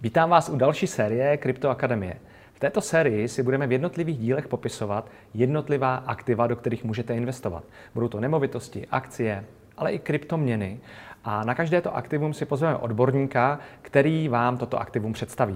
Vítám vás u další série Kryptoakademie. V této sérii si budeme v jednotlivých dílech popisovat jednotlivá aktiva, do kterých můžete investovat. Budou to nemovitosti, akcie, ale i kryptoměny. A na každé to aktivum si pozveme odborníka, který vám toto aktivum představí.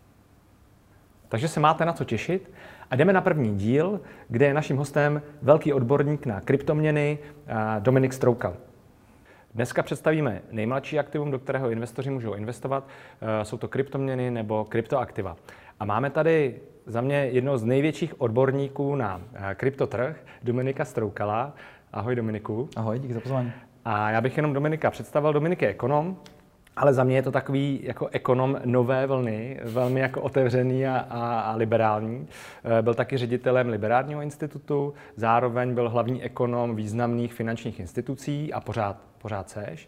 Takže se máte na co těšit a jdeme na první díl, kde je naším hostem velký odborník na kryptoměny Dominik Stroukal. Dneska představíme nejmladší aktivum, do kterého investoři můžou investovat. Jsou to kryptoměny nebo kryptoaktiva. A máme tady za mě jednoho z největších odborníků na kryptotrh, Dominika Stroukala. Ahoj Dominiku. Ahoj, díky za pozvání. A já bych jenom Dominika představil. Dominik je ekonom, ale za mě je to takový jako ekonom nové vlny, velmi jako otevřený a liberální. Byl taky ředitelem Liberálního institutu, zároveň byl hlavní ekonom významných finančních institucí a pořád seš.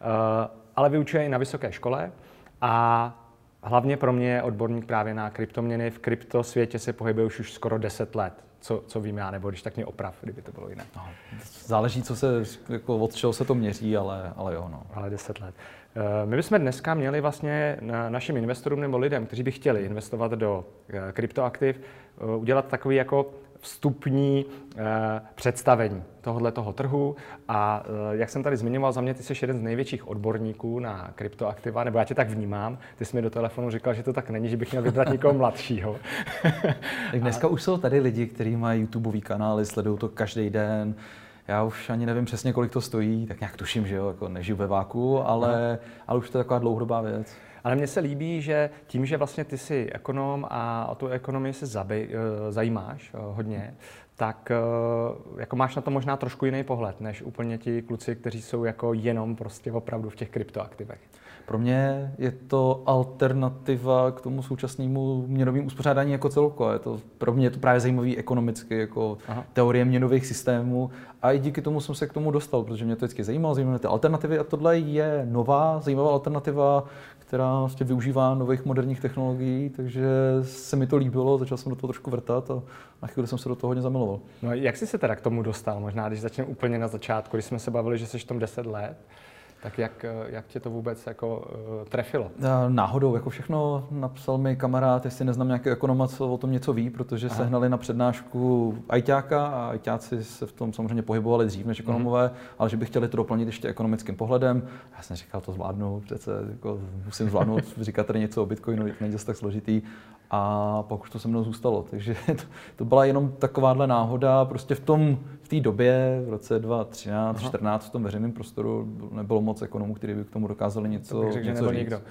Ale vyučuje i na vysoké škole a hlavně pro mě je odborník právě na kryptoměny. V kryptosvětě se pohybuje už skoro 10 let. Co vím já, nebo když tak mě oprav, kdyby to bylo jinak. No, záleží, od čeho se to měří, ale jo. No. Ale 10 let. My bychom dneska měli vlastně našim investorům nebo lidem, kteří by chtěli investovat do kryptoaktiv, udělat takový jako vstupní představení tohoto trhu. A jak jsem tady zmiňoval, za mě ty jsi jeden z největších odborníků na kryptoaktiva, nebo já tě tak vnímám. Ty jsi mi do telefonu říkal, že to tak není, že bych měl vybrat někoho mladšího. Tak dneska už jsou tady lidi, kteří mají YouTubeový kanály, sledují to každý den. Já už ani nevím přesně, kolik to stojí, tak nějak tuším, že jo, jako nežiju ve váku, ale už to je taková dlouhodobá věc. Ale mně se líbí, že tím, že vlastně ty jsi ekonom a o tu ekonomii se zajímáš hodně, tak jako máš na to možná trošku jiný pohled, než úplně ti kluci, kteří jsou jako jenom prostě opravdu v těch kryptoaktivech. Pro mě je to alternativa k tomu současnému měnovému uspořádání jako celku. Pro mě je to právě zajímavý ekonomicky, jako teorie měnových systémů. A i díky tomu jsem se k tomu dostal, protože mě to vždycky zajímalo ty alternativy. A tohle je nová, zajímavá alternativa, která vlastně využívá nových moderních technologií, takže se mi to líbilo, začal jsem do toho trošku vrtat a na chvíli jsem se do toho hodně zamiloval. No, jak jsi se teda k tomu dostal? Možná, když začneme úplně na začátku, když jsme se bavili, že jsi v tom 10 let, tak jak tě to vůbec jako trefilo? Náhodou, jako všechno, napsal mi kamarád, jestli neznám nějaký ekonoma, co o tom něco ví, protože sehnali na přednášku ajťáka a ajťáci se v tom samozřejmě pohybovali dřív než ekonomové, ale že by chtěli to doplnit ještě ekonomickým pohledem. Já jsem říkal, to zvládnu, přece jako musím zvládnout říkat tady něco o Bitcoinu, to není zase tak složitý. A pak už to se mnou zůstalo, takže to byla jenom takováhle náhoda. Prostě v té době, v roce 2013, 2014, v tom veřejném prostoru nebylo moc ekonomů, kteří by k tomu dokázali něco říct. Nebyl nikdo.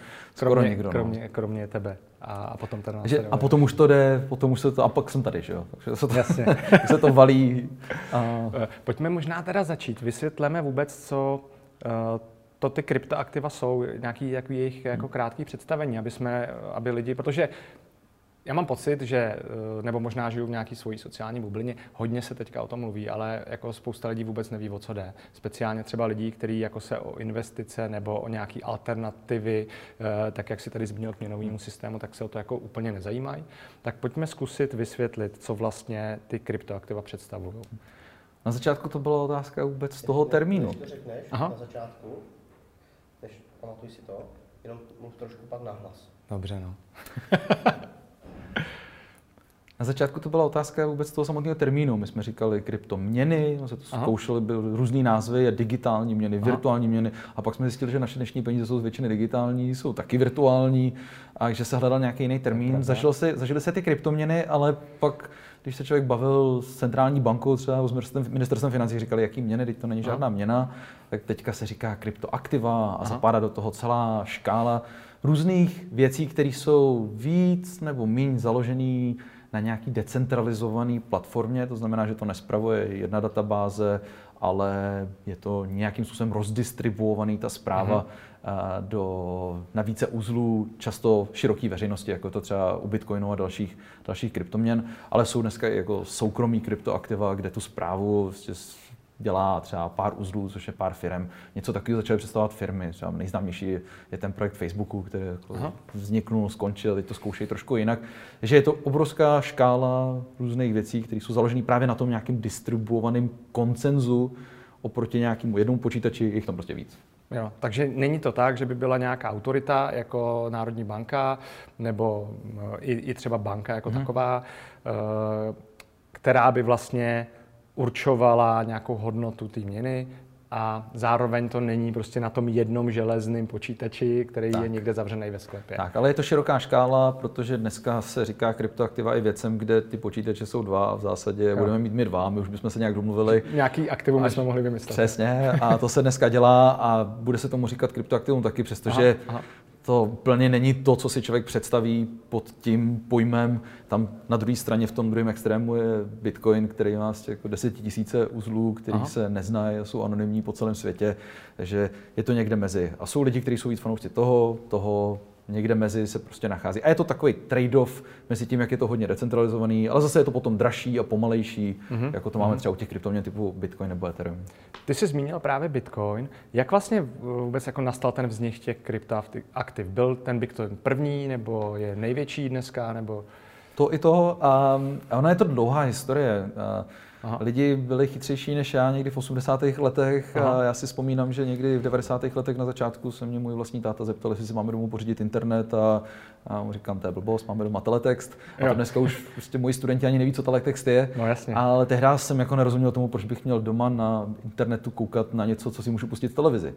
Kromě tebe. A potom ten následuje. A potom už to jde, a pak jsem tady, že jo. Takže se to valí. Pojďme možná teda začít. Vysvětleme vůbec, co to ty kryptoaktiva jsou, nějaký jejich jako krátký představení, aby lidi, protože já mám pocit, že, nebo možná žiju v nějaké svojí sociální bublině, hodně se teďka o tom mluví, ale jako spousta lidí vůbec neví, o co jde. Speciálně třeba lidí, kteří jako se o investice nebo o nějaké alternativy, tak jak si tady zmínil k měnovému systému, tak se o to jako úplně nezajímají. Tak pojďme zkusit vysvětlit, co vlastně ty kryptoaktiva představují. Na začátku to byla otázka vůbec z toho termínu. Když to řekneš na začátku, než pamatuj si to, jenom mluv trošku pak nahlas. Dobře, no. Na začátku to byla otázka vůbec toho samotného termínu. My jsme říkali kryptoměny, jsme to zkoušeli, byly různý názvy, digitální měny, virtuální měny, a pak jsme zjistili, že naše dnešní peníze jsou z většiny digitální, jsou taky virtuální, a že se hledal nějaký jiný termín. Zažily se ty kryptoměny, ale pak, když se člověk bavil s centrální bankou, třeba s ministerstvem financí, říkali, jaký měny, teď to není žádná měna, tak teďka se říká kryptoaktiva a zapadá do toho celá škála různých věcí, které jsou víc nebo méně založený na nějaký decentralizovaný platformě, to znamená, že to nespravuje jedna databáze, ale je to nějakým způsobem rozdistribuovaný ta správa na více uzlů, často široké veřejnosti, jako to třeba u Bitcoinu a dalších kryptoměn, ale jsou dneska i jako soukromí kryptoaktiva, kde tu správu dělá třeba pár uzlů, což je pár firem. Něco takového začaly představovat firmy. Třeba nejznámější je ten projekt Facebooku, který vzniknul, skončil, teď to zkoušejí trošku jinak. Takže je to obrovská škála různých věcí, které jsou založené právě na tom nějakým distribuovaném konsenzu oproti nějakému jednomu počítači, je jich tam prostě víc. Jo, takže není to tak, že by byla nějaká autorita jako Národní banka nebo i třeba banka jako taková, která by vlastně určovala nějakou hodnotu té měny a zároveň to není prostě na tom jednom železném počítači, který je někde zavřený ve sklepě. Tak, ale je to široká škála, protože dneska se říká kryptoaktiva i věcem, kde ty počítače jsou dva a v zásadě budeme mít my dva, my už bychom se nějak domluvili. Nějaký aktivum jsme mohli vymyslet. Přesně, a to se dneska dělá a bude se tomu říkat kryptoaktivum taky, přestože to úplně není to, co si člověk představí pod tím pojmem. Tam na druhé straně v tom druhém extrému je Bitcoin, který má jako 10 000 uzlů, který se neznají a jsou anonymní po celém světě, takže je to někde mezi. A jsou lidi, kteří jsou víc fanoušci toho, někde mezi se prostě nachází. A je to takový trade-off mezi tím, jak je to hodně decentralizovaný, ale zase je to potom dražší a pomalejší, jako to máme třeba u těch kryptoměn typu Bitcoin nebo Ethereum. Ty jsi zmínil právě Bitcoin. Jak vlastně vůbec jako nastal ten vznik těch kryptoaktiv? Byl ten Bitcoin první, nebo je největší dneska, nebo... To i to. A ona je to dlouhá historie. Lidi byli chytřejší než já někdy v 80. letech a já si vzpomínám, že někdy v 90. letech na začátku se mě můj vlastní táta zeptal, jestli si máme domů pořídit internet a mu říkám, to je blbost, máme doma teletext. A to dneska už prostě moji studenti ani neví, co teletext je. No, jasně. Ale tehdy jsem jako nerozuměl tomu, proč bych měl doma na internetu koukat na něco, co si můžu pustit v televizi.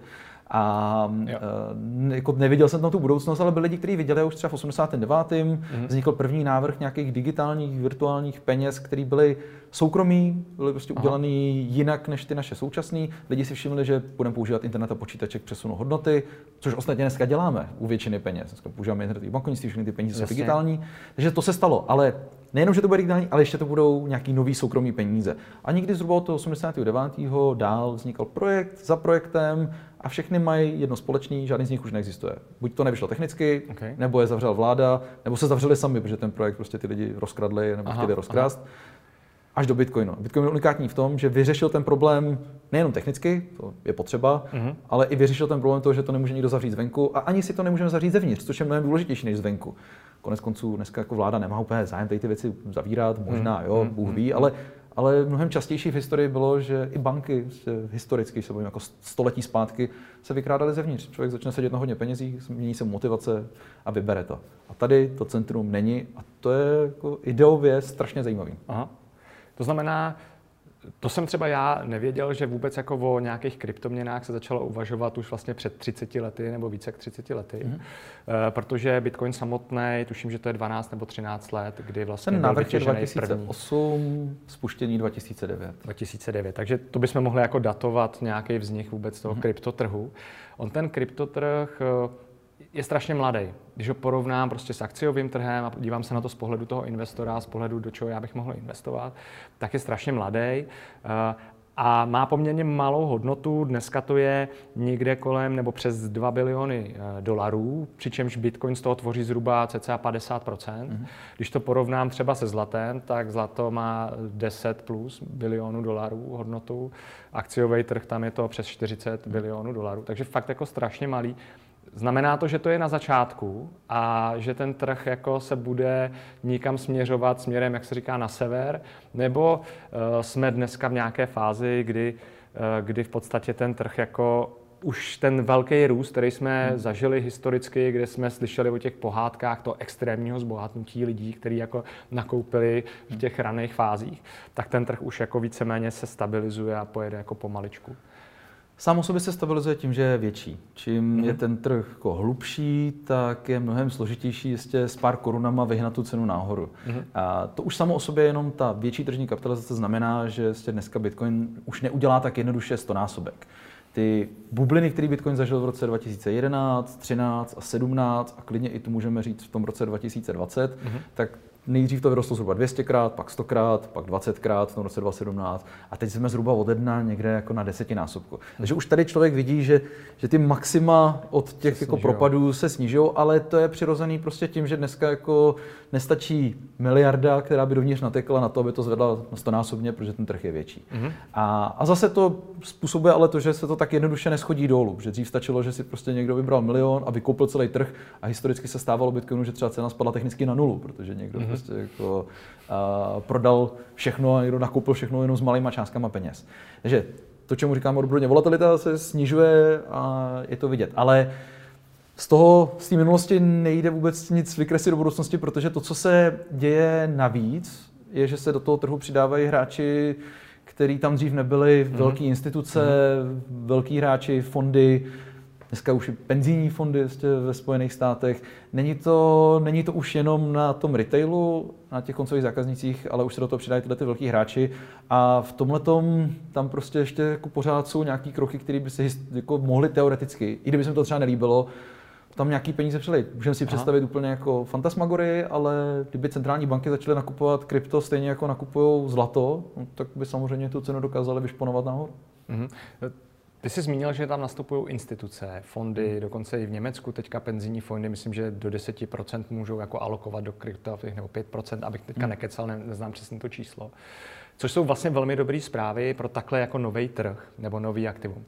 A jako neviděl jsem tam tu budoucnost, ale byli lidi, kteří viděli už třeba v 89. Vznikl první návrh nějakých digitálních virtuálních peněz, které byly soukromí, byly prostě udělaný jinak než ty naše současný. Lidi si všimli, že budeme používat internet a počítače k přesunu hodnoty, což ostatně dneska děláme u většiny peněz. Dneska používáme internet i bankovnictví, všechny ty peníze jsou digitální. Takže to se stalo, ale nejenom, že to bude digitální, ale ještě to budou nějaký nový soukromý peníze. A někdy zhruba od 89. dál vznikal projekt za projektem a všechny mají jedno společný, žádný z nich už neexistuje. Buď to nevyšlo technicky, nebo je zavřela vláda, nebo se zavřeli sami, protože ten projekt prostě ty lidi rozkradli nebo chtěli rozkrást. Až do Bitcoinu. Bitcoin je unikátní v tom, že vyřešil ten problém nejenom technicky, to je potřeba, ale i vyřešil ten problém toho, že to nemůže nikdo zavřít zvenku a ani si to nemůžeme zavřít zevnitř, což je mnohem důležitější než zvenku. Konec konců dneska jako vláda nemá úplně zájem tady ty věci zavírat, možná Bůh ví, ale mnohem častější v historii bylo, že i banky historicky, se bojím jako století zpátky, se vykrádaly zevnitř. Člověk začne sedět na hodně penězích, změní se motivace a vybere to. A tady to centrum není a to je jako ideově strašně zajímavý. To znamená, to jsem třeba já nevěděl, že vůbec jako o nějakých kryptoměnách se začalo uvažovat už vlastně před 30 lety nebo více jak 30 lety, protože Bitcoin samotný, tuším, že to je 12 nebo 13 let, kdy vlastně ten byl návrh je vytěžený 2008, spuštění 2009. 2009, takže to bychom mohli jako datovat nějaký vznik vůbec toho kryptotrhu. On ten kryptotrh je strašně mladý. Když ho porovnám prostě s akciovým trhem a dívám se na to z pohledu toho investora, z pohledu, do čeho já bych mohl investovat, tak je strašně mladý a má poměrně malou hodnotu. Dneska to je někde kolem nebo přes 2 biliony dolarů, přičemž Bitcoin z toho tvoří zhruba cca 50%. Když to porovnám třeba se zlatem, tak zlato má 10 plus bilionů dolarů hodnotu. Akciový trh, tam je to přes 40 bilionů dolarů, takže fakt jako strašně malý. Znamená to, že to je na začátku a že ten trh jako se bude nikam směřovat směrem, jak se říká, na sever, nebo jsme dneska v nějaké fázi, kdy v podstatě ten trh jako už ten velký růst, který jsme zažili historicky, kde jsme slyšeli o těch pohádkách toho extrémního zbohatnutí lidí, kteří jako nakoupili v těch raných fázích, tak ten trh už jako víceméně se stabilizuje a pojede jako pomaličku. Sám o sobě se stabilizuje tím, že je větší. Čím je ten trh jako hlubší, tak je mnohem složitější ještě s pár korunama vyhnat tu cenu nahoru. A to už samo o sobě jenom ta větší tržní kapitalizace znamená, že dneska Bitcoin už neudělá tak jednoduše 100násobek. Ty bubliny, které Bitcoin zažil v roce 2011, 13 a 17 a klidně i tu můžeme říct v tom roce 2020, tak nejdřív to vyrostlo zhruba 200krát, pak 100krát, pak 20krát v tom roce 2017 a teď jsme zhruba ode dna někde jako na 10násobku. Takže už tady člověk vidí, že ty maxima od těch jako propadů se snižují, ale to je přirozený prostě tím, že dneska jako nestačí miliarda, která by dovnitř natekla na to, aby to zvedla na 100násobně, protože ten trh je větší. A zase to způsobuje ale to, že se to tak jednoduše neschodí dolů, protože dřív stačilo, že si prostě někdo vybral milion a vykoupil celý trh a historicky se stávalo Bitcoinu, že třeba cena spadla technicky na nulu, protože někdo prostě jako prodal všechno a někdo nakoupil všechno jenom s malýma částkama peněz. Takže to, čemu říkáme odborně volatilita, se snižuje a je to vidět. Ale z té minulosti nejde vůbec nic vykreslit do budoucnosti, protože to, co se děje navíc, je, že se do toho trhu přidávají hráči, který tam dřív nebyli, velké instituce, velký hráči, fondy, dneska už i penzijní fondy ve Spojených státech. Není to už jenom na tom retailu, na těch koncových zákaznicích, ale už se do toho přidají tyhle ty velký hráči. A v tomhletom tam prostě ještě jako pořád jsou nějaký kroky, které by se jako mohly teoreticky, i kdyby se mi to třeba nelíbilo, tam nějaký peníze přelejt. Můžeme si představit úplně jako fantasmagorii, ale kdyby centrální banky začaly nakupovat krypto stejně jako nakupují zlato, no, tak by samozřejmě tu cenu dokázaly vyšponovat nahoru. Ty jsi zmínil, že tam nastupují instituce, fondy, dokonce i v Německu teďka penzijní fondy, myslím, že do 10% můžou jako alokovat do krypta, nebo 5%, abych teďka nekecal, neznám přesně to číslo. Což jsou vlastně velmi dobré zprávy pro takhle jako nový trh nebo nový aktivum.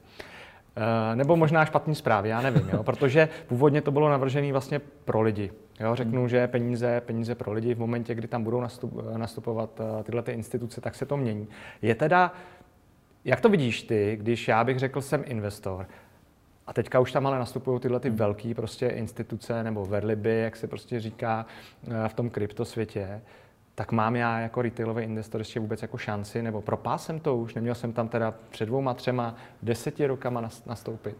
Nebo možná špatný zprávy, já nevím, jo? Protože původně to bylo navržené vlastně pro lidi. Jo? Řeknu, že peníze pro lidi v momentě, kdy tam budou nastupovat tyhle ty instituce, tak se to mění. Je teda, jak to vidíš ty, když já bych řekl, jsem investor, a teďka už tam ale nastupují tyhle ty velké prostě instituce nebo verliby, jak se prostě říká v tom kryptosvětě, tak mám já jako retailový investor ještě vůbec jako šanci, nebo propás jsem to už, neměl jsem tam teda před 2, 3, 10 rokama nastoupit?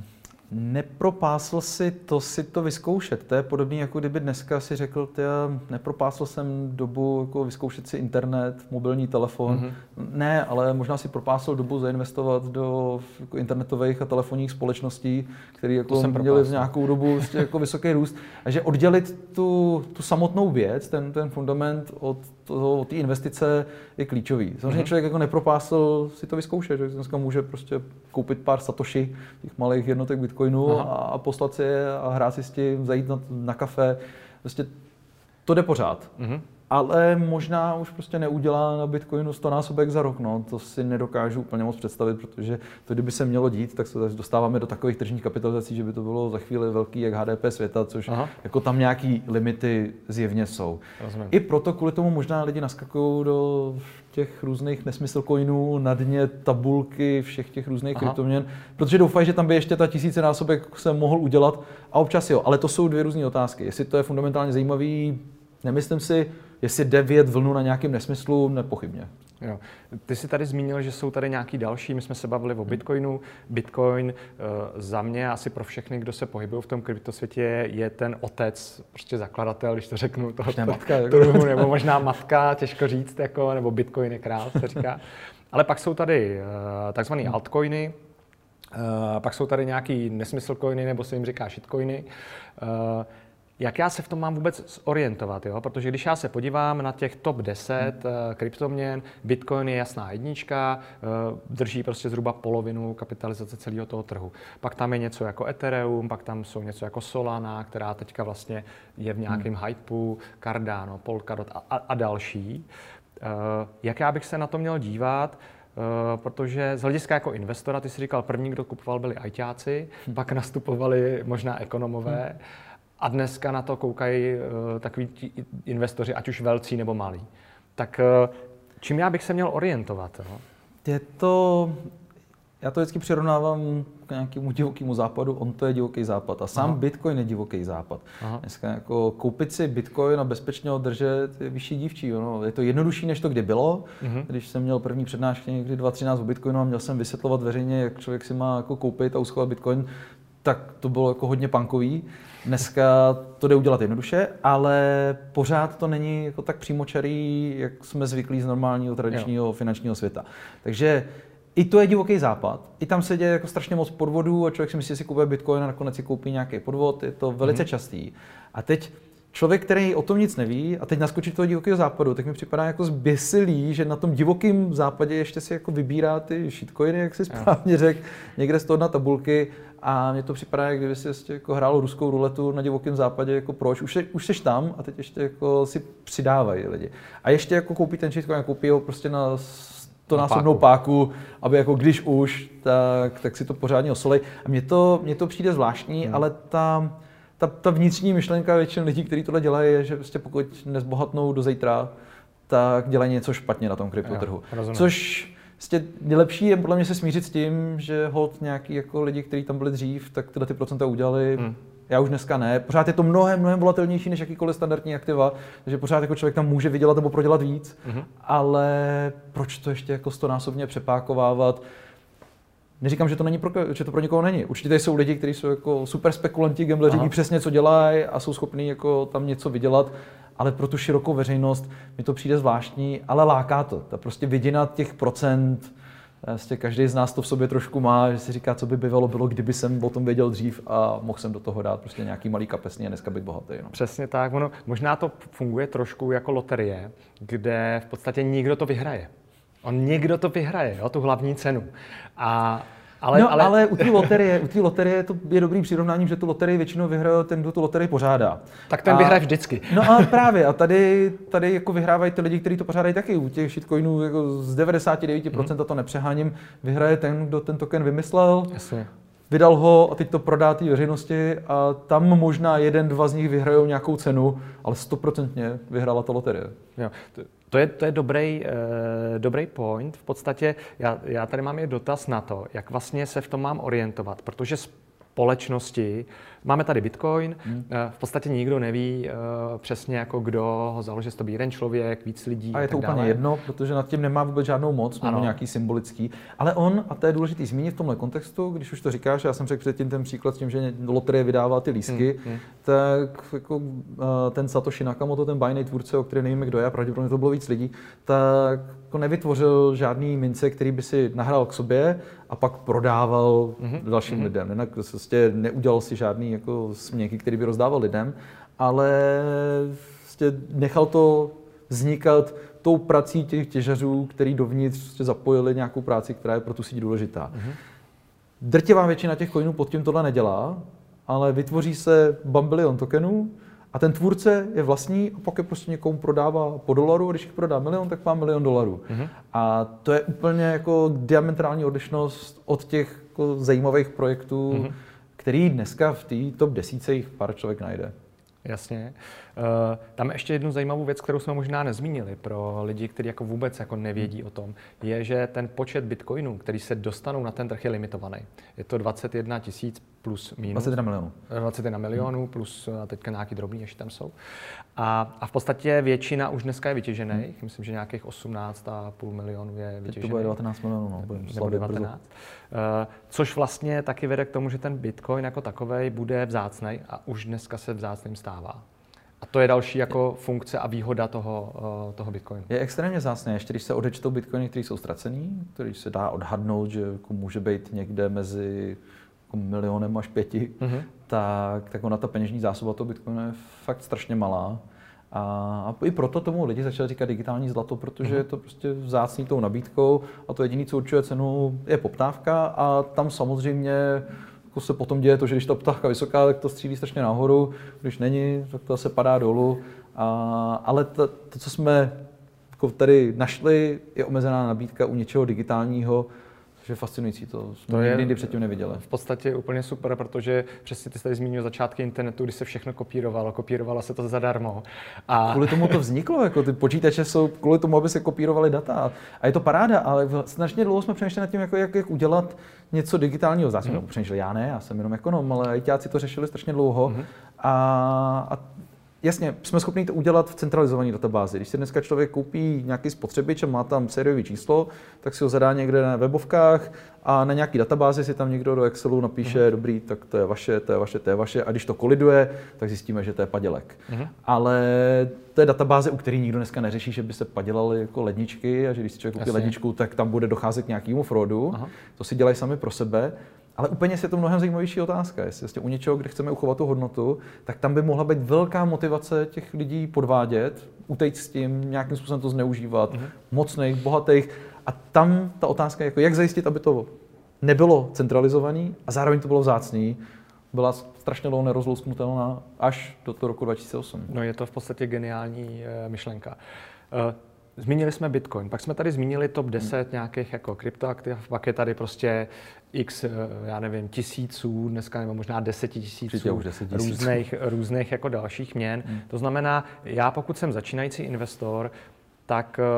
Nepropásl si to vyzkoušet. To je podobné, jako kdyby dneska si řekl, nepropásl jsem dobu jako vyzkoušet si internet, mobilní telefon. Ne, ale možná si propásl dobu zainvestovat do jako internetových a telefonních společností, které jako měly v nějakou dobu jako vysoký růst. A že oddělit tu samotnou věc, ten fundament od té investice je klíčový. Samozřejmě člověk jako nepropásl si to vyzkoušet, že dneska může prostě koupit pár satoshi, těch malých jednotek bitcoinu a poslat si je a hrát si s tím, zajít na kafe. Prostě to jde pořád. Ale možná už prostě neudělá na bitcoinu 100násobek za rok. No. To si nedokážu úplně moc představit, protože to, kdyby se mělo dít, tak se dostáváme do takových tržních kapitalizací, že by to bylo za chvíli velký jak HDP světa, což jako tam nějaký limity zjevně jsou. Rozumím. I proto kvůli tomu možná lidi naskakují do těch různých nesmysl coinů, na dně tabulky všech těch různých kryptoměn, protože doufají, že tam by ještě ta 1000násobek se mohl udělat a občas jo, ale to jsou dvě různé otázky. Jestli to je fundamentálně zajímavý, nemyslím si, jestli jde vyjet vlnu na nějakém nesmyslu, nepochybně. Jo. Ty jsi tady zmínil, že jsou tady nějaký další, my jsme se bavili o Bitcoinu. Bitcoin za mě asi pro všechny, kdo se pohybují v tom kryptosvětě, je ten otec, prostě zakladatel, když to řeknu, toho trhu, nebo možná matka, těžko říct, jako, nebo Bitcoin je král, se říká. Ale pak jsou tady takzvaný altcoiny, pak jsou tady nějaký nesmysl coiny, nebo se jim říká shitcoiny. Jak já se v tom mám vůbec zorientovat, jo? Protože když já se podívám na těch top 10 kryptoměn, Bitcoin je jasná jednička, drží prostě zhruba polovinu kapitalizace celého toho trhu. Pak tam je něco jako Ethereum, pak tam jsou něco jako Solana, která teďka vlastně je v nějakém hypeu, Cardano, Polkadot a další. Jak já bych se na to měl dívat? Protože z hlediska jako investora, ty jsi říkal, první, kdo kupoval, byli ajťáci, pak nastupovali možná ekonomové. A dneska na to koukají takový investoři, ať už velcí nebo malí. Tak čím já bych se měl orientovat? No? Já to vždycky přirovnávám k nějakému divokému západu, on to je divoký západ a sám Bitcoin je divoký západ. Dneska jako koupit si Bitcoin a bezpečně ho držet je vyšší dívčí. No. Je to jednodušší, než to kdy bylo. Když jsem měl první přednášky někdy 2013 o Bitcoinu a měl jsem vysvětlovat veřejně, jak člověk si má jako koupit a uschovat Bitcoin, tak to bylo jako hodně punkový. Dneska to jde udělat jednoduše, ale pořád to není jako tak přímočarý, jak jsme zvyklí z normálního tradičního finančního světa. Takže i to je divoký západ. I tam se děje jako strašně moc podvodů a člověk si myslí, že si kupuje Bitcoin a nakonec si koupí nějaký podvod. Je to velice častý. A teď člověk, který o tom nic neví a teď naskočí do toho divokého západu, tak mi připadá jako zběsilý, že na tom divokém západě ještě si jako vybírá ty shitcoiny, jak si správně řekl, někde z toho na tabulky. A mně to připadá, jak kdyby si jako hrálo ruskou ruletu na divokém západě, jako proč, už seš tam a teď ještě jako si přidávají lidi. A ještě jako koupí ten shitcoin a koupí ho prostě na 100násobnou páku, aby jako když už, tak si to pořádně osolej. A mně to přijde zvláštní, ale ta vnitřní myšlenka většiny lidí, kteří tohle dělají, je, že prostě pokud nezbohatnou do zítra, tak dělají něco špatně na tom kryptotrhu. Což Nejlepší je podle mě se smířit s tím, že hold nějaký jako lidi, kteří tam byli dřív, tak tyhle ty procenta udělali. Já už dneska ne. Pořád je to mnohem volatilnější než jakýkoliv standardní aktiva, takže pořád jako člověk tam může vydělat nebo prodělat víc, ale proč to ještě jako 100násobně přepákovávat? Neříkám, že to není že to pro někoho není. Určitě tady jsou lidi, kteří jsou jako super spekulanti, gambleři, ví přesně, co dělají a jsou schopní jako tam něco vydělat, ale pro tu širokou veřejnost mi to přijde zvláštní, ale láká to. Ta prostě vidina těch procent, vlastně každý z nás to v sobě trošku má, že si říká, co by bývalo bylo, kdyby jsem o tom věděl dřív a mohl jsem do toho dát prostě nějaký malý kapesný a dneska být bohatý. No. Přesně tak. Možná to funguje trošku jako loterie, kde v podstatě nikdo to vyhraje. Někdo to vyhraje, jo, tu hlavní cenu. Ale u té loterie to je dobrým přirovnáním, že tu loterii většinou vyhraje ten, kdo tu loterii pořádá. Tak ten vyhraje vždycky. No a právě. A tady jako vyhrávají ty lidi, kteří to pořádají taky. U těch shitcoinů jako z 99% to nepřeháním, vyhraje ten, kdo ten token vymyslel. Jasně. Vydal ho a teď to prodá té veřejnosti a tam možná 1-2 z nich vyhrajou nějakou cenu, ale 100% vyhrála ta loterie. Jo. To je dobrý point. V podstatě já tady mám i dotaz na to, jak vlastně se v tom mám orientovat, protože společnosti, máme tady Bitcoin, v podstatě nikdo neví přesně jako kdo ho založil, to byl jeden člověk, víc lidí. A je to úplně jedno, protože nad tím nemá vůbec žádnou moc, má nějaký symbolický. Ale on, a to je důležitý zmínit v tomhle kontextu, když už to říkáš, já jsem řekl předtím ten příklad s tím, že loterie vydává ty lístky, tak jako ten Satoshi Nakamoto, ten bajný tvůrce, o který nevíme, kdo je, a pravděpodobně to bylo víc lidí, tak jako nevytvořil žádný mince, který by si nahrál k sobě a pak prodával dalším lidem. Jinak prostě neudělal si žádný jako směnky, který by rozdával lidem, ale prostě nechal to vznikat tou prací těch těžařů, který dovnitř prostě zapojili nějakou práci, která je pro tu síť důležitá. Drtivá většina těch coinů pod tím tohle nedělá, ale vytvoří se bambilion tokenů a ten tvůrce je vlastní a pak je prostě někomu prodává po $1, a když jich prodá milion, tak má $1 milion. A to je úplně jako diametrální odlišnost od těch jako zajímavých projektů, který dneska v té top 10 jich pár člověk najde. Jasně. Tam ještě jednu zajímavou věc, kterou jsme možná nezmínili pro lidi, kteří jako vůbec jako nevědí o tom, je, že ten počet bitcoinů, který se dostanou na ten trh, je limitovaný. Je to 21 000 plus minus. 21 milionů. 21 milionů plus teďka nějaký drobný ještě tam jsou. A v podstatě většina už dneska je vytěžených. Myslím, že nějakých 18,5 milionů je vytěžených. Teď to bude 19 milionů, no. Nebo 19. Což vlastně taky vede k tomu, že ten bitcoin jako takovej bude vzácnej a už dneska se vzácným stává. A to je další jako funkce a výhoda toho bitcoinu. Je extrémně vzácný, ještě když se odečtou bitcoiny, které jsou ztracený, který se dá odhadnout, že jako může být někde mezi jako 1 milionem až 5, tak ona ta peněžní zásoba toho bitcoinu je fakt strašně malá. A i proto tomu lidi začali říkat digitální zlato, protože je to prostě vzácný tou nabídkou a to jediné, co určuje cenu, je poptávka a tam samozřejmě jako se potom děje to, že když ta poptávka je vysoká, tak to střílí strašně nahoru, když není, tak to se padá dolů. Ale to, co jsme jako tady našli, je omezená nabídka u něčeho digitálního, což je fascinující, to jsme nikdy předtím neviděli. V podstatě úplně super, protože přesně ty jsi tady zmínil začátky internetu, kdy se všechno kopírovalo se to zadarmo. A kvůli tomu to vzniklo, jako ty počítače jsou kvůli tomu, aby se kopírovaly data. A je to paráda, ale strašně dlouho jsme přemýšleli nad tím, jako jak udělat něco digitálního. Zase jsme přemýšleli, já ne, já jsem jenom ekonom, ale ajťáci to řešili strašně dlouho. A jasně, jsme schopni to udělat v centralizované databázi. Když si dneska člověk koupí nějaký spotřebič a má tam sériové číslo, tak si ho zadá někde na webovkách a na nějaký databázi si tam někdo do Excelu napíše, dobrý, tak to je vaše, to je vaše, to je vaše. A když to koliduje, tak zjistíme, že to je padělek. Ale to je databáze, u které nikdo dneska neřeší, že by se padělaly jako ledničky a že když si člověk koupí ledničku, tak tam bude docházet k nějakému fraudu. To si dělají sami pro sebe. Ale úplně je to mnohem zajímavější otázka. Jestli u něčeho, kde chceme uchovat tu hodnotu, tak tam by mohla být velká motivace těch lidí podvádět, utejct s tím, nějakým způsobem to zneužívat, mocných, bohatých. A tam ta otázka, jako jak zajistit, aby to nebylo centralizovaný a zároveň to bylo vzácný, byla strašně dlouho nerozlousknutelná až do toho roku 2008. No je to v podstatě geniální myšlenka. Zmínili jsme Bitcoin, pak jsme tady zmínili top 10 nějakých jako kryptoaktiv, pak je tady prostě x, já nevím, tisíců, dneska nebo možná 10 000 různých jako dalších měn. To znamená, já pokud jsem začínající investor, tak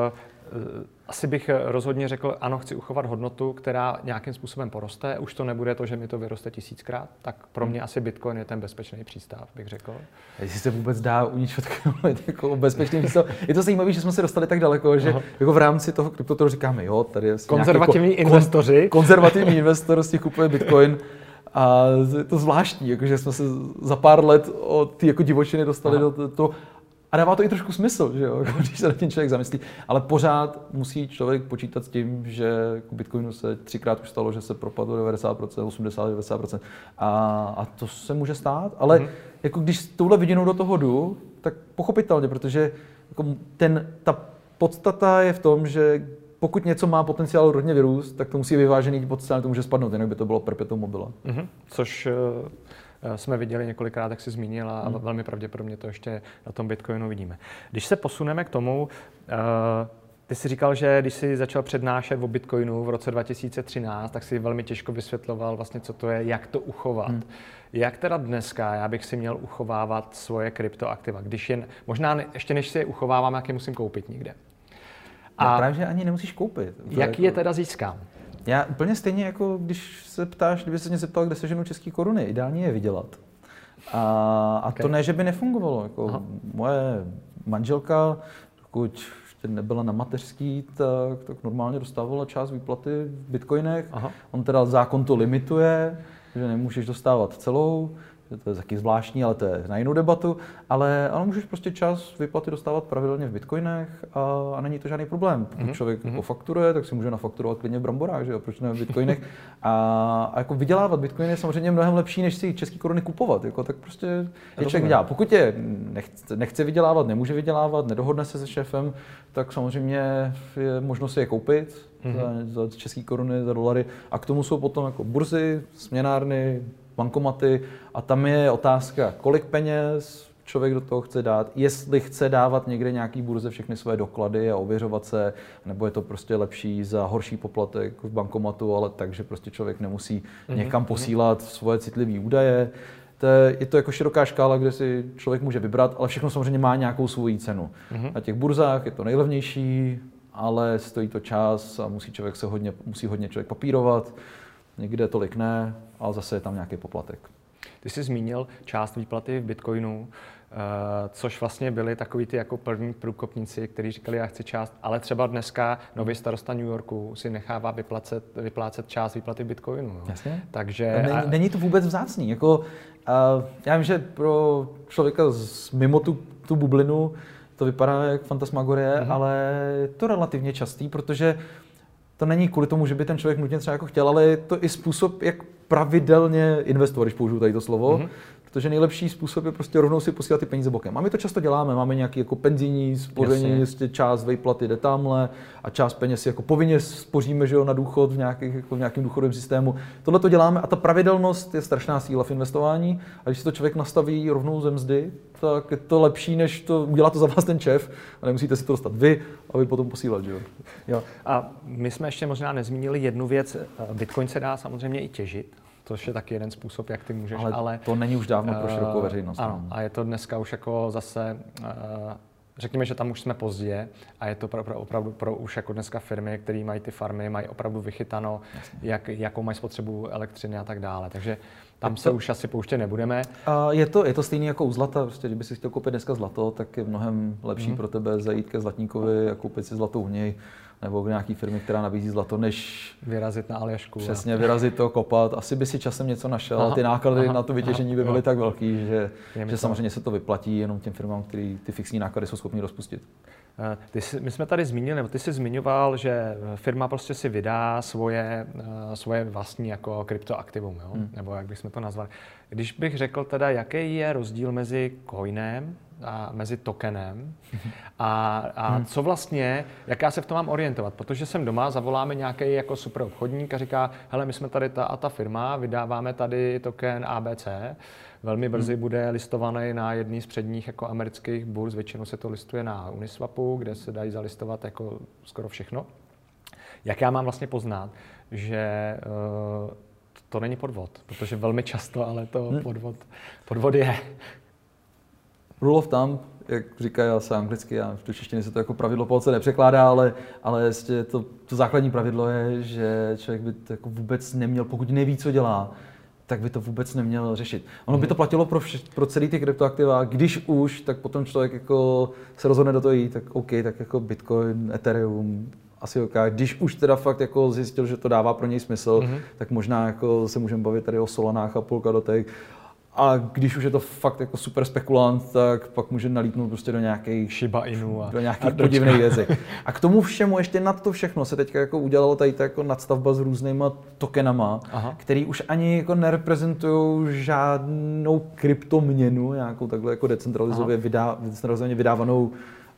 asi bych rozhodně řekl, ano, chci uchovat hodnotu, která nějakým způsobem poroste. Už to nebude to, že mi to vyroste 1000krát. Tak pro mě asi Bitcoin je ten bezpečný přístav, bych řekl. Jestli se vůbec dá u ničeho takového jako bezpečný přístav. Je to zajímavé, že jsme se dostali tak daleko, že jako v rámci toho kryptotrhu říkáme, jo, tady je konzervativní investoři. Konzervativní investor si kupuje Bitcoin. A je to zvláštní, jakože jsme se za pár let od té jako divočiny dostali do toho. A dává to i trošku smysl, že jo, když se na tím člověk zamyslí. Ale pořád musí člověk počítat s tím, že k Bitcoinu se 3krát už stalo, že se propadlo 90%, 80%, 90%. A to se může stát, ale jako když s touhle vidinou do toho jdu, tak pochopitelně, protože jako ta podstata je v tom, že pokud něco má potenciál hodně vyrůst, tak to musí vyvážený potenciál, to může spadnout, jinak by to bylo perpetuum mobile. Což jsme viděli několikrát, jak jsi zmínil, a velmi pravděpodobně to ještě na tom Bitcoinu vidíme. Když se posuneme k tomu, ty jsi říkal, že když jsi začal přednášet o Bitcoinu v roce 2013, tak si velmi těžko vysvětloval vlastně, co to je, jak to uchovat. Jak teda dneska já bych si měl uchovávat svoje kryptoaktiva, když jen, možná ještě než si je uchovávám, jak je musím koupit někde. A právě, že ani nemusíš koupit. Jak je teda získám? Já úplně stejně jako když se ptáš, kdyby se mě zeptal, kde seženu české koruny, ideálně je vydělat. A to ne, že by nefungovalo. Jako moje manželka, dokud ještě nebyla na mateřský, tak normálně dostávala část výplaty v bitcoinech. On teda zákon to limituje, že nemůžeš dostávat celou. To je taky zvláštní, ale to je na jinou debatu, ale můžeš prostě čas výplaty dostávat pravidelně v bitcoinech a není to žádný problém. Pokud člověk pofakturuje, tak si může nafakturovat klidně v bramborách, že jo, proč ne v bitcoinech. A jako vydělávat bitcoiny je samozřejmě mnohem lepší, než si české koruny kupovat, jako, tak prostě je člověk vydělá. Pokud je nechce vydělávat, nemůže vydělávat, nedohodne se se šéfem, tak samozřejmě je možnost si je koupit za české koruny, za dolary a k tomu jsou potom jako burzy, směnárny, bankomaty a tam je otázka, kolik peněz člověk do toho chce dát, jestli chce dávat někde nějaký burze všechny své doklady a ověřovat se, nebo je to prostě lepší za horší poplatek v bankomatu, ale takže prostě člověk nemusí někam posílat svoje citlivé údaje. Je to jako široká škála, kde si člověk může vybrat, ale všechno samozřejmě má nějakou svoji cenu. Na těch burzách je to nejlevnější, ale stojí to čas a musí hodně člověk papírovat. Někde tolik ne, ale zase je tam nějaký poplatek. Ty jsi zmínil část výplaty v Bitcoinu, což vlastně byli takový ty jako první průkopníci, kteří říkali, já chci část, ale třeba dneska nový starosta New Yorku si nechává vyplácet část výplaty v Bitcoinu. No. Jasně. Takže není to vůbec vzácný. Jako, já vím, že pro člověka mimo tu bublinu to vypadá jak fantasmagorie, ale je to relativně častý, protože to není kvůli tomu, že by ten člověk nutně třeba jako chtěl, ale je to i způsob, jak pravidelně investovat, když použiju tady to slovo. Protože nejlepší způsob je prostě rovnou si posílat ty peníze bokem. A my to často děláme, máme nějaký jako penzijní spoření, část výplaty jde tamhle a část peněz jako povinně spoříme, že jo, na důchod v nějakém důchodovém systému. Tohle to děláme a ta pravidelnost je strašná síla v investování. A když si to člověk nastaví rovnou ze mzdy, tak je to lepší, než to udělá to za vás ten šéf a nemusíte si to dostat vy a vy potom posílat, že jo. Jo. A my jsme ještě možná nezmínili jednu věc. Bitcoin se dá samozřejmě i těžit. Což je taky jeden způsob, jak ty můžeš, ale to není už dávno pro širokou veřejnost. Ano, a je to dneska už jako zase, řekněme, že tam už jsme pozdě a je to opravdu pro už jako dneska firmy, které mají ty farmy, mají opravdu vychytano, jakou mají spotřebu elektřiny a tak dále. Takže tam se už asi pouštět nebudeme. Je to stejný jako u zlata. Prostě, kdyby si chtěl koupit dneska zlato, tak je mnohem lepší pro tebe zajít ke zlatníkovi a koupit si zlato u něj. Nebo k nějaký firmě, která nabízí zlato, než vyrazit na Aljašku. Přesně, vyrazit to, kopat. Asi by si časem něco našel, ale ty náklady na to vytěžení by byly tak velký, že samozřejmě se to vyplatí jenom těm firmám, který ty fixní náklady jsou schopni rozpustit. My jsme tady zmínili, nebo ty jsi zmiňoval, že firma prostě si vydá svoje vlastní jako kryptoaktivum, jo? Nebo jak bychom to nazvali. Když bych řekl teda, jaký je rozdíl mezi coinem a mezi tokenem a co vlastně, jak já se v tom mám orientovat, protože jsem doma, zavoláme nějaký jako super obchodník a říká, hele, my jsme tady ta a ta firma, vydáváme tady token ABC, velmi brzy bude listovaný na jedné z předních jako amerických burz, většinou se to listuje na Uniswapu, kde se dají zalistovat jako skoro všechno. Jak já mám vlastně poznat, že to není podvod, protože velmi často ale to podvod je. Rule of thumb, jak říkají se anglicky, a v češtině se to jako pravidlo palce nepřekládá, ale to základní pravidlo je, že člověk by to jako vůbec neměl, pokud neví, co dělá, tak by to vůbec neměl řešit. Ono by to platilo pro celý ty kryptoaktiva, když už, tak potom člověk jako se rozhodne do toho jít, tak OK, tak jako Bitcoin, Ethereum, asi OK. Když už teda fakt jako zjistil, že to dává pro něj smysl, tak možná jako se můžeme bavit tady o Solanách a Polkadotech. A když už je to fakt jako super spekulant, tak pak může nalítnout prostě do nějakých Shiba Inu do nějakých podivných věcí. A k tomu všemu ještě nad to všechno se teďka jako udělalo tady ta jako nadstavba s různýma tokenama, který už ani jako nereprezentují žádnou kryptoměnu, nějakou takhle jako decentralizovaně vydávanou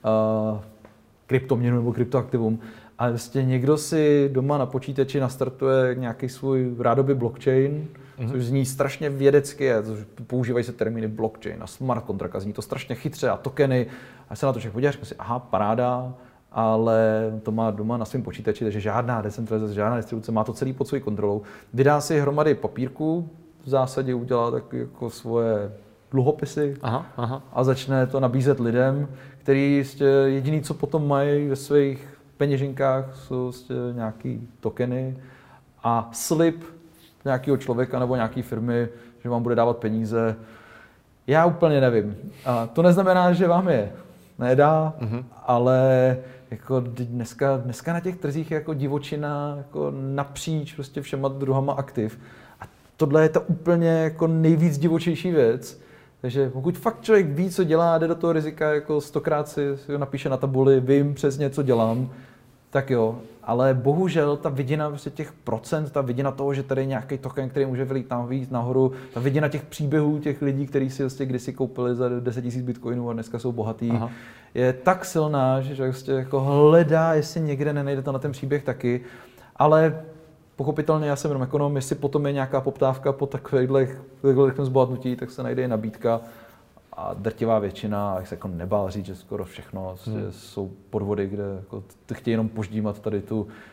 kryptoměnu nebo kryptoaktivum. A vlastně někdo si doma na počítači nastartuje nějaký svůj rádoby blockchain, což zní strašně vědecky, používají se termíny blockchain a smart contract, a zní to strašně chytře a tokeny. A se na to člověk podívá, říká si, aha, paráda, ale to má doma na svém počítači, takže žádná decentralizace, žádná distribuce, má to celý pod svojí kontrolou. Vydá si hromady papírků, v zásadě udělá taky jako svoje dluhopisy a začne to nabízet lidem, který jediný, co potom mají ve svých peněženkách, jsou nějaký tokeny a slib nějakého člověka nebo nějaké firmy, že vám bude dávat peníze. Já úplně nevím. A to neznamená, že vám je nedá, ale jako dneska na těch trzích je jako divočina jako napříč prostě všema druhama aktiv. A tohle je ta úplně jako nejvíc divočejší věc. Takže pokud fakt člověk ví, co dělá, jde do toho rizika, jako 100krát si ho napíše na tabuli, vím přesně, co dělám, tak jo. Ale bohužel ta vidina prostě těch procent, ta vidina toho, že tady je nějaký token, který může vylít nahoru, ta vidina těch příběhů těch lidí, kteří si vlastně kdysi koupili za 10 000 bitcoinů a dneska jsou bohatý, je tak silná, že člověk prostě jako hledá, jestli někde nenajde to na ten příběh taky. Ale pochopitelně já jsem jenom ekonom, jestli potom je nějaká poptávka po takovém zbohatnutí, tak se najde i nabídka. A drtivá většina, jak se jako nebál říct, že skoro všechno jsou podvody, kde jako chtějí jenom poždímat tady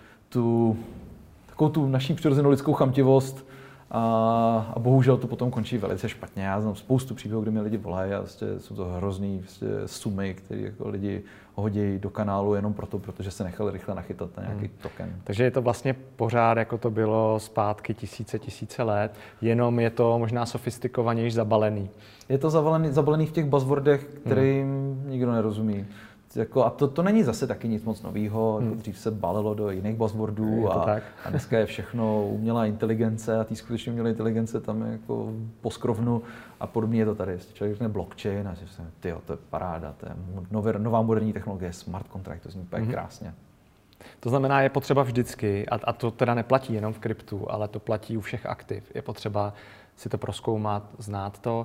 takovou tu naší přirozenou lidskou chamtivost a bohužel to potom končí velice špatně. Já znám spoustu příběhů, kde mě lidi volají a jsou to hrozný sumy, které jako lidi hodí do kanálu jenom proto, protože se nechali rychle nachytat na nějaký token. Takže je to vlastně pořád, jako to bylo zpátky tisíce let, jenom je to možná sofistikovanější zabalený. Je to zabalený v těch buzzwordech, kterým nikdo nerozumí. Jako, a to není zase taky nic moc nového. Jako dřív se balilo do jiných buzzwordů a dneska je všechno umělá inteligence a té skutečně umělé inteligence tam je jako po skrovnu a podobně je to tady. Člověk řekne blockchain a že tyjo, to je paráda, to je nová moderní technologie, smart contract, to zní úplně krásně. To znamená, je potřeba vždycky, a to teda neplatí jenom v kryptu, ale to platí u všech aktiv, je potřeba si to prozkoumat, znát to.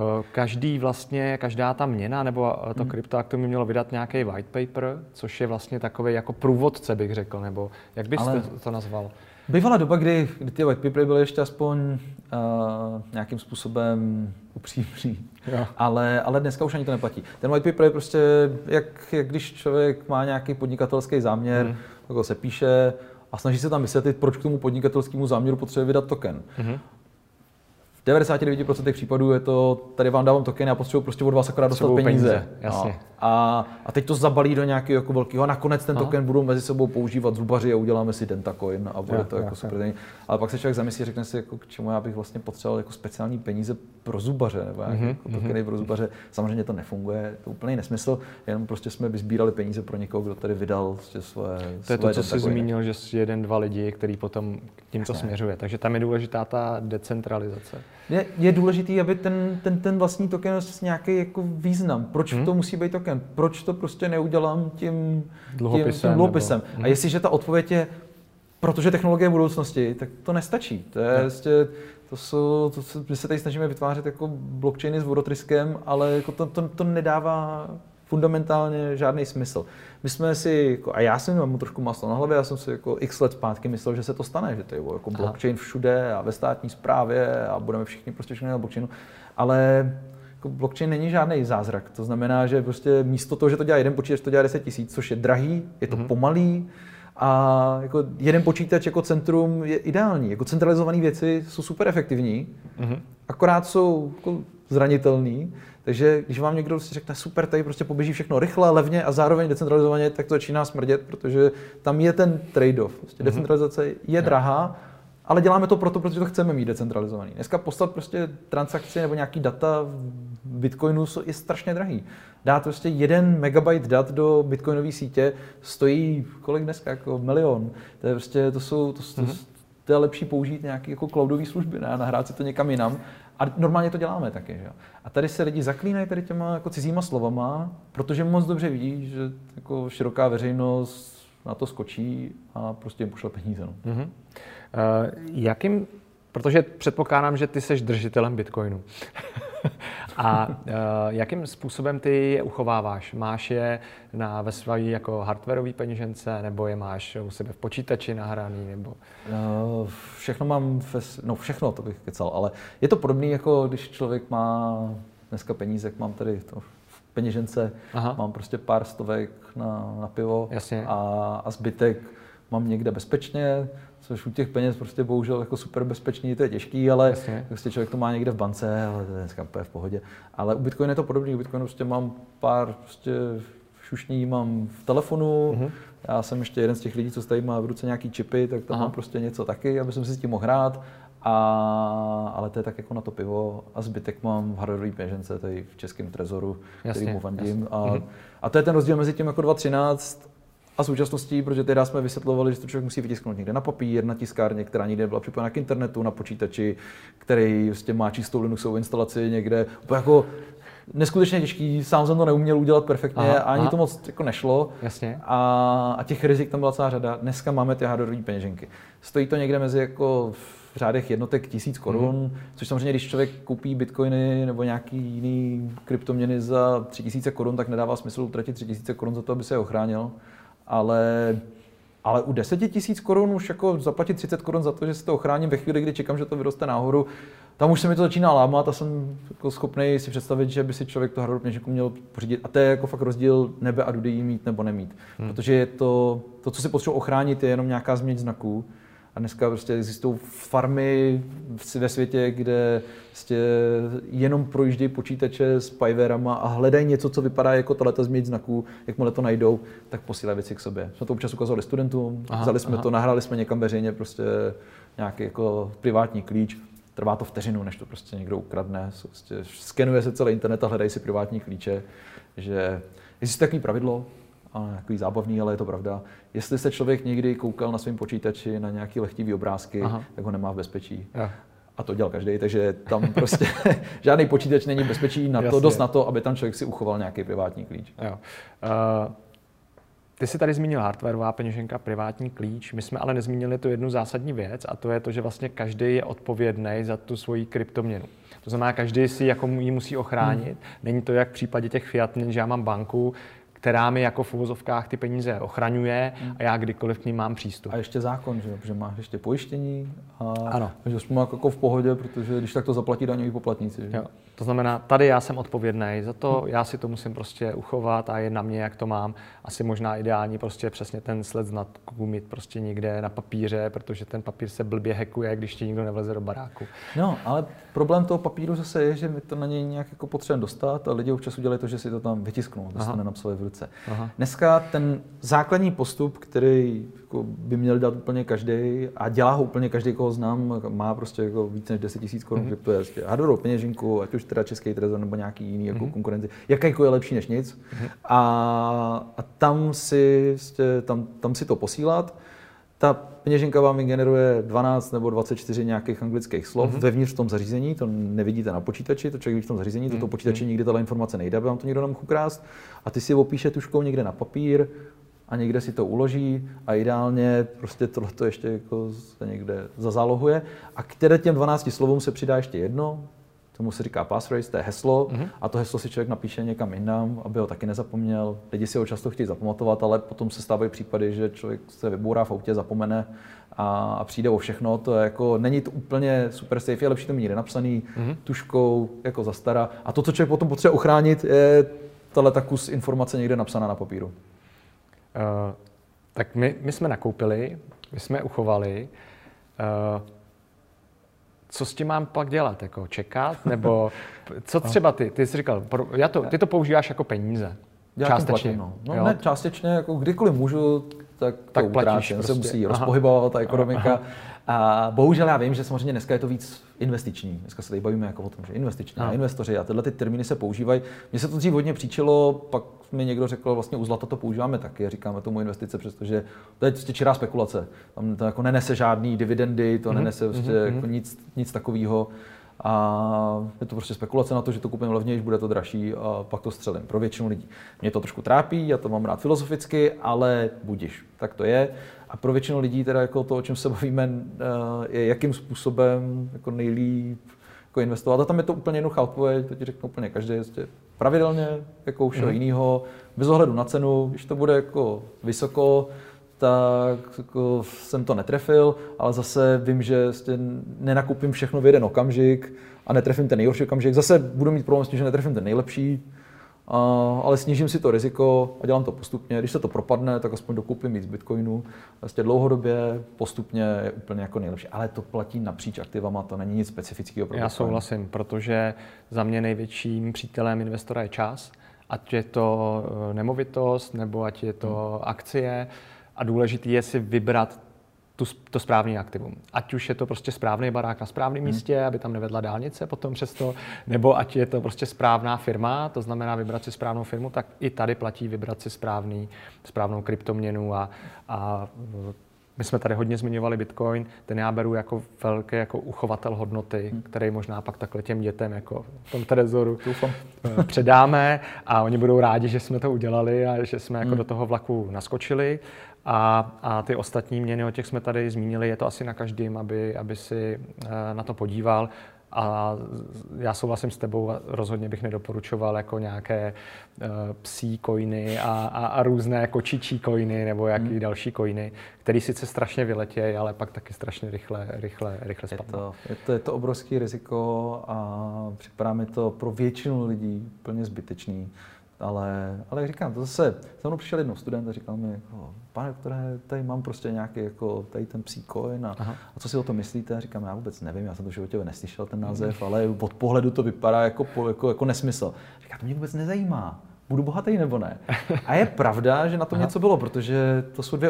Každá ta měna nebo to kryptoaktiv by mělo vydat nějaký white paper, což je vlastně takový jako průvodce, bych řekl, nebo jak byste to nazval? Bývala doba, kdy ty white papery byly ještě aspoň nějakým způsobem upřímný, ale dneska už ani to neplatí. Ten white paper je prostě, jak když člověk má nějaký podnikatelský záměr, tak ho se píše a snaží se tam vysvětlit, proč k tomu podnikatelskému záměru potřebuje vydat token. V 99% případů je to, tady vám dávám token, já potřebuji prostě od vás akorát dostat peníze. Jasně. A teď to zabalí do nějakého jako velkého a nakonec ten token budou mezi sebou používat zubaři a uděláme si Dentacoin a bude to jako super. Ale pak se člověk zamyslí a řekne si, jako, k čemu já bych vlastně potřeboval jako speciální peníze pro zubaře nebo jako tokeny pro zubaře. Samozřejmě to nefunguje, to je úplný nesmysl, jenom prostě jsme vyzbírali peníze pro někoho, kdo tady vydal svoje To je to, co jsi zmínil, že jsi 1-2 lidi, který potom tímto směřuje. Takže tam je důležitá ta decentralizace. Je důležitý, aby ten vlastní token měl nějaký jako význam. Proč to musí být token? Proč to prostě neudělám tím dluhopisem? A jestliže ta odpověď je, protože technologie budoucnosti, tak to nestačí. My se tady snažíme vytvářet jako blockchainy s vodotryskem, ale jako to nedává fundamentálně žádný smysl. My jsme si, jako, a já jsem mám trošku maslo na hlavě, já jsem si jako x let zpátky myslel, že se to stane, že to je jako blockchain všude a ve státní správě a budeme všichni na blockchainu, ale jako blockchain není žádný zázrak. To znamená, že prostě místo toho, že to dělá jeden počítač, to dělá 10 000, což je drahý, je to pomalý a jako jeden počítač jako centrum je ideální. Jako centralizované věci jsou super efektivní, akorát jsou jako zranitelný. Takže když vám někdo si řekne super, tady prostě poběží všechno rychle, levně a zároveň decentralizovaně, tak to začíná smrdět, protože tam je ten trade-off. Prostě decentralizace je drahá, ale děláme to proto, protože to chceme mít decentralizovaný. Dneska poslat prostě transakce nebo nějaký data v Bitcoinu je strašně drahý. Dát prostě 1 megabyte dat do bitcoinové sítě stojí kolik dneska, jako 1 milion. To je prostě, to je lepší použít nějaké jako cloudové služby, ne? Nahrát si to někam jinam. A normálně to děláme taky, že? A tady se lidi zaklínají tady těma jako cizíma slovama, protože moc dobře vidí, že jako široká veřejnost na to skočí a prostě jim pošle peníze. No. Protože předpokládám, že ty seš držitelem Bitcoinu. A jakým způsobem ty je uchováváš? Máš je ve své jako hardwareové peněžence, nebo je máš u sebe v počítači nahraný, nebo? Všechno mám, všechno to bych kecal, ale je to podobné, jako když člověk má dneska peníze, mám tady to v peněžence, mám prostě pár stovek na pivo. Jasně. A zbytek mám někde bezpečně, což u těch peněz prostě bohužel jako super bezpečný, to je těžký, ale prostě člověk to má někde v bance, ale to je dneska v pohodě. Ale u Bitcoinu je to podobné, u Bitcoinu prostě mám pár prostě šušní, mám v telefonu, já jsem ještě jeden z těch lidí, co tady má v ruce nějaký čipy, tak tam mám prostě něco taky, aby jsem si s tím mohl hrát, ale to je tak jako na to pivo a zbytek mám v hardwareové peněžence, tady v českém trezoru, který mu vandím. A to je ten rozdíl mezi tím jako 2013 a současností, protože teda jsme vysvětlovali, že to člověk musí vytisknout někde na papír, na tiskárně, která někde byla připojena k internetu, na počítači, který vlastně má čistou Linuxovou instalaci někde. Úplně jako neskutečně těžký, sám jsem to neuměl udělat perfektně a ani to moc jako nešlo. Jasně. A těch rizik tam byla celá řada. Dneska máme ty hardwareové peněženky. Stojí to někde mezi jako v řádech jednotek 1000 korun, což samozřejmě, když člověk koupí bitcoiny nebo nějaký jiný kryptoměny za 3000 korun, tak nedává smysl utratit 3000 korun za to, aby se je ochránil. Ale u 10 000 korun už jako zaplatit 30 korun za to, že si to ochráním ve chvíli, kdy čekám, že to vyroste nahoru, tam už se mi to začíná lámat a jsem jako schopný si představit, že by si člověk to hardware peněženku měl pořídit. A to je jako fakt rozdíl nebe a dudy mít nebo nemít. Protože je to, co si potřebuji ochránit, je jenom nějaká změť znaků. A dneska prostě existují farmy ve světě, kde prostě jenom projíždějí počítače s spywarama a hledají něco, co vypadá jako tato změť znaků. Jakmile to najdou, tak posílají věci k sobě. Jsme to občas ukazovali studentům, vzali jsme to, nahráli jsme někam veřejně prostě nějaký jako privátní klíč. Trvá to vteřinu, než to prostě někdo ukradne. Prostě skenuje se celý internet a hledají si privátní klíče. Že existuje takový pravidlo, a takový zábavný, ale je to pravda. Jestli se člověk někdy koukal na svém počítači na nějaký lehtivý obrázky, tak ho nemá v bezpečí. A to dělal každý, takže tam prostě žádný počítač není v bezpečí na to, dost na to, aby tam člověk si uchoval nějaký privátní klíč. Jo. Ty jsi tady zmínil hardwareová peněženka, privátní klíč. My jsme ale nezmínili tu jednu zásadní věc a to je to, že vlastně každý je odpovědný za tu svoji kryptoměnu. To znamená, každý si jako ji musí ochránit. Není to jak v případě těch fiat měn, že já mám banku, která mi jako v uvozovkách ty peníze ochraňuje a já kdykoliv k ním mám přístup. A ještě zákon, že máš ještě pojištění a že jsme jako v pohodě, protože když tak to zaplatí daňoví poplatníci. Že? Jo. To znamená, tady já jsem odpovědný za to, já si to musím prostě uchovat a je na mě, jak to mám. Asi možná ideální prostě přesně ten sled znatků mít prostě někde na papíře, protože ten papír se blbě hackuje, když ti nikdo nevleze do baráku. No, ale problém toho papíru zase je, že my to na něj nějak jako potřebujeme dostat a lidi občas udělají to, že si to tam vytisknou, aby se to nenapsali v ruce. Dneska ten základní postup, který jako by měl dát úplně každý a dělá ho úplně každý, koho znám, má prostě jako více než 10 000 korun, že to je hardwareovou peněženku, ať už teda Český trezor nebo nějaký jiný jako konkurenci. Jaká je lepší než nic. A tam si to posílat. Ta peněženka vám generuje 12 nebo 24 nějakých anglických slov vevnitř v tom zařízení, to nevidíte na počítači, to člověk vidí v tom zařízení, to počítači nikdy tato informace nejde, aby vám to někdo nemohl ukrást. A ty si opíše tužkou někde na papír a někde si to uloží a ideálně prostě tohleto ještě jako se někde zazálohuje. A k těm 12 slovům se přidá ještě jedno, tomu se říká passphrase, to je heslo a to heslo si člověk napíše někam jinam, aby ho taky nezapomněl. Lidi si ho často chtějí zapamatovat, ale potom se stávají případy, že člověk se vybourá v autě, zapomene a přijde o všechno. To je jako, není to úplně super safe, je lepší to mít někde napsaný tužkou, jako zastara. A to, co člověk potom potřebuje ochránit, je tato kus informace někde napsaná na papíru. Tak my jsme nakoupili, my jsme uchovali. co s tím mám pak dělat? Jako čekat? Nebo co třeba ty? Ty jsi říkal, ty to používáš jako peníze. Částečně. No ne, částečně, jako kdykoliv můžu, tak to utrácím. Prostě. Se musí rozpohybovat ta ekonomika. A bohužel já vím, že samozřejmě dneska je to víc investiční. Dneska se tady bavíme jako o tom, že investiční a investoři a tyhle ty termíny se používají. Mně se to dřív hodně příčilo, pak mi někdo řekl, vlastně u zlata to používáme taky, říkáme tomu investice, přestože to je prostě čirá spekulace. Tam to jako nenese žádný dividendy, to nenese prostě jako nic takového. A je to prostě spekulace na to, že to koupím levněji, bude to dražší a pak to střelím. Pro většinu lidí. Mě to trošku trápí, já to mám rád filozoficky, ale budiš, tak to je. A pro většinu lidí teda jako to, o čem se bavíme, je jakým způsobem jako nejlíp jako investovat. A tam je to úplně jednoduchá odpověď, to ti řeknu úplně každý, pravidelně, jako u všeho jiného, bez ohledu na cenu, když to bude jako vysoko, tak jako jsem to netrefil, ale zase vím, že nenakupím všechno v jeden okamžik a netrefím ten nejhorší okamžik. Zase budu mít problém s tím, že netrefím ten nejlepší, ale snížím si to riziko a dělám to postupně. Když se to propadne, tak aspoň dokoupím víc bitcoinů. Vlastně dlouhodobě, postupně je úplně jako nejlepší. Ale to platí napříč aktivama, to není nic specifického pro Bitcoin. Já souhlasím, protože za mě největším přítelem investora je čas, ať je to nemovitost nebo ať je to akcie. A důležité je si vybrat to správné aktivum. Ať už je to prostě správný barák na správném místě, aby tam nevedla dálnice potom přesto, nebo ať je to prostě správná firma, to znamená vybrat si správnou firmu, tak i tady platí vybrat si správnou kryptoměnu a my jsme tady hodně zmiňovali Bitcoin, ten já beru jako velký jako uchovatel hodnoty, který možná pak takhle těm dětem jako v tom trezoru předáme a oni budou rádi, že jsme to udělali a že jsme jako do toho vlaku naskočili. A ty ostatní měny, o těch jsme tady zmínili, je to asi na každém, aby si na to podíval. A já souhlasím s tebou, rozhodně bych nedoporučoval jako nějaké psí coiny a různé kočičí coiny nebo jaký další coiny, které sice strašně vyletějí, ale pak taky strašně rychle spadnou. Je to obrovský riziko a připadá mi to pro většinu lidí úplně zbytečný. Ale jak říkám, to zase, za mnou přišel jednou student a říkal mi, jako, pane doktore, tady mám prostě nějaký, jako, tady ten psí coin a co si o tom myslíte? A říkám, já vůbec nevím, já jsem to v životě neslyšel ten název, ale od pohledu to vypadá jako nesmysl. Říká, to mě vůbec nezajímá, budu bohatý nebo ne? A je pravda, že na tom něco bylo, protože to jsou dvě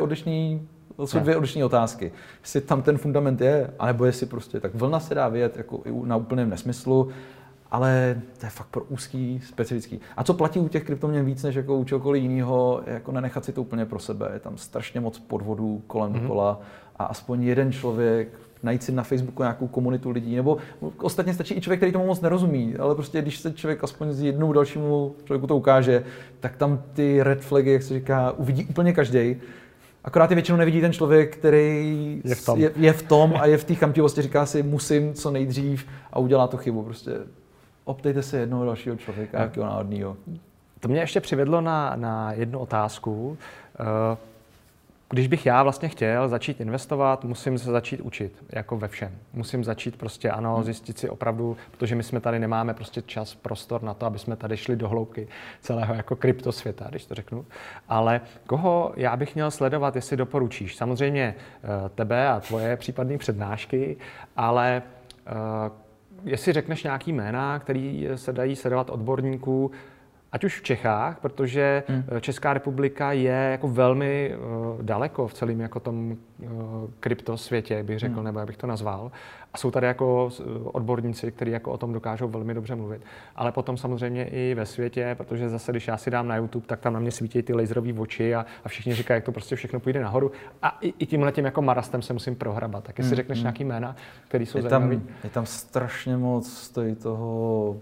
odlišné otázky. Jestli tam ten fundament je, anebo jestli prostě tak vlna se dá vyjet jako i na úplném nesmyslu, ale to je fakt pro úzký, specifický. A co platí u těch kryptoměn víc než jako u čehokoliv jiného, je jako nenechat si to úplně pro sebe. Je tam strašně moc podvodů kolem dokola a aspoň jeden člověk, najít si na Facebooku nějakou komunitu lidí, nebo ostatně stačí i člověk, který tomu moc nerozumí, ale prostě když se člověk aspoň z jednou dalšímu člověku to ukáže, tak tam ty red flagy, jak se říká, uvidí úplně každý. Akorát je většinou nevidí ten člověk, který je v tom a je v té chamtivosti, říká si musím co nejdřív a udělá tu chybu. Prostě optejte se jednoho dalšího člověka, jakého náhodného. To mě ještě přivedlo na jednu otázku. Když bych já vlastně chtěl začít investovat, musím se začít učit, jako ve všem. Musím začít prostě, zjistit si opravdu, protože my jsme tady nemáme prostě čas, prostor na to, aby jsme tady šli do hloubky celého jako kryptosvěta, když to řeknu. Ale koho já bych měl sledovat, jestli doporučíš? Samozřejmě tebe a tvoje případné přednášky, ale jestli řekneš nějaký jména, který se dají sledovat odborníků, ať už v Čechách, protože Česká republika je jako velmi daleko v celém jako tom kryptosvětě, bych řekl, nebo jak bych to nazval. A jsou tady jako odborníci, kteří jako o tom dokážou velmi dobře mluvit. Ale potom samozřejmě i ve světě, protože zase, když já si dám na YouTube, tak tam na mě svítí ty laserové oči a všichni říkají, jak to prostě všechno půjde nahoru. A i tímhletím jako marastem se musím prohrabat. Tak jestli řekneš nějaký jména, které jsou zajímavé. Je tam strašně moc stojí toho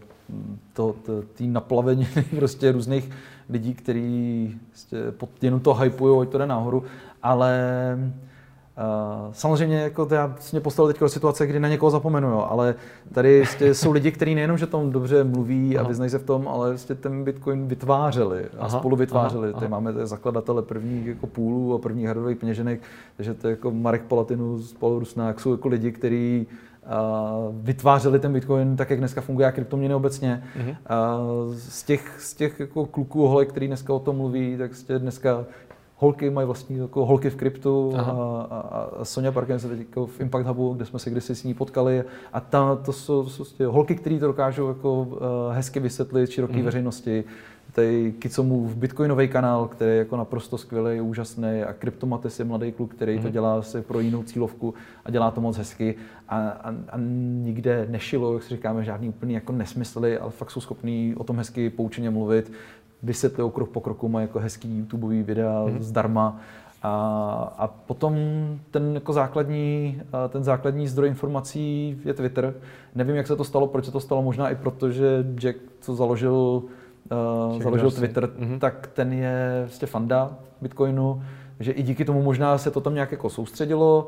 tý naplavení prostě různých lidí, kteří jenom to hypujou, ať to jde nahoru, ale samozřejmě jako já jsem postavil teď do situace, kdy na někoho zapomenu, jo, ale tady jsou lidi, kteří nejenom, že tom dobře mluví a vyznají se v tom, ale ten Bitcoin vytvářeli a spolu vytvářeli. Tady máme zakladatele prvních jako půlů a prvních hardwareových peněženek, takže to je jako Marek Palatinus, Paul Rusnák, jsou jako lidi, kteří vytvářeli ten Bitcoin tak, jak dneska funguje a kryptoměny obecně. Z těch jako kluků, holek, který dneska o tom mluví, tak dneska Holky mají vlastní jako holky v kryptu a Sonja Parken se teď jako v Impact Hubu, kde jsme se kdysi s ní potkali a to jsou holky, které to dokážou jako hezky vysvětlit široký veřejnosti. Tady Kicomův bitcoinový kanál, který je jako naprosto skvělý, úžasný a Kryptomatis je mladý kluk, který to dělá si pro jinou cílovku a dělá to moc hezky a nikde nešilo, jak si říkáme, žádný úplný jako nesmysly, ale fakt jsou schopní o tom hezky poučeně mluvit, vysvětlují krok po kroku, mají jako hezký YouTubeový videa zdarma a potom ten základní zdroj informací je Twitter. Nevím, jak se to stalo, proč se to stalo, možná i proto, že Jack, co založil Twitter, tak ten je vlastně fanda Bitcoinu, že i díky tomu možná se to tam nějak jako soustředilo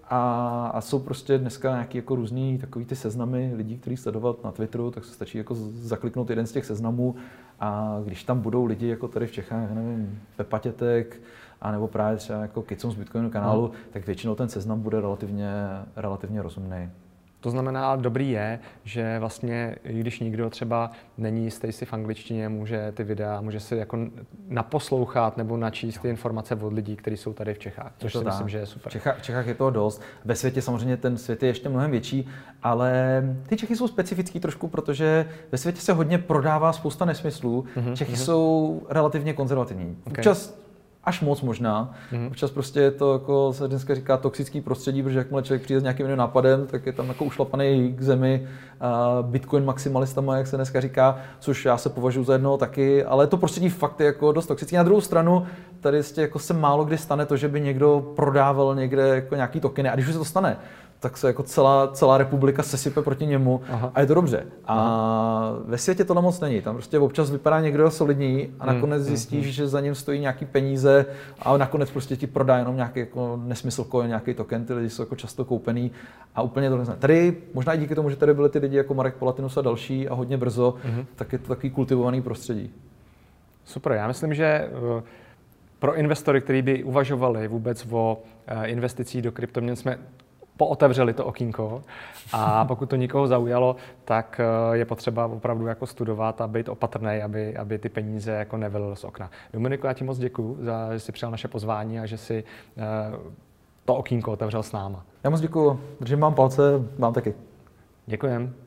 a jsou prostě dneska nějaký jako různý takový ty seznamy lidí, kteří sledovat na Twitteru, tak se stačí jako zakliknout jeden z těch seznamů a když tam budou lidi jako tady v Čechách, nevím, Pepa Tětek, a nebo právě třeba jako Kicom z Bitcoinu kanálu, tak většinou ten seznam bude relativně rozumný. To znamená, dobrý je, že vlastně, i když nikdo třeba není jistý si v angličtině, může ty videa, může si jako naposlouchat nebo načíst ty informace od lidí, kteří jsou tady v Čechách, což si myslím, že je super. V Čechách je toho dost. Ve světě samozřejmě ten svět je ještě mnohem větší, ale ty Čechy jsou specifický trošku, protože ve světě se hodně prodává spousta nesmyslů. Čechy jsou relativně konzervativní. Občas až moc možná. Občas prostě je to, jako se dneska říká, toxický prostředí, protože jakmile člověk přijde s nějakým jiným nápadem, tak je tam jako ušlapaný k zemi Bitcoin maximalistama, jak se dneska říká, což já se považuji za jednoho taky, ale to prostředí fakt je jako dost toxický. Na druhou stranu, tady jako se málo kdy stane to, že by někdo prodával někde jako nějaký tokeny, a když už se to stane, tak se jako celá republika sesype proti němu a je to dobře. A ve světě tohle moc není. Tam prostě občas vypadá někdo solidní a nakonec zjistíš, že za ním stojí nějaký peníze a nakonec prostě ti prodá jenom nějaký jako nesmysl coin, nějaký token, ty lidi jsou jako často koupený a úplně to neznám. Tady možná i díky tomu, že tady byli ty lidi jako Marek Palatinus a další a hodně brzo, tak je to takový kultivovaný prostředí. Super, já myslím, že pro investory, kteří by uvažovali vůbec o investicích do kryptoměn, jsme pootevřeli to okýnko a pokud to nikoho zaujalo, tak je potřeba opravdu jako studovat a být opatrný, aby ty peníze jako nevylil z okna. Dominiku, já ti moc děkuju, že jsi přijal naše pozvání a že jsi to okýnko otevřel s náma. Já moc děkuju, držím vám palce, vám taky. Děkujem.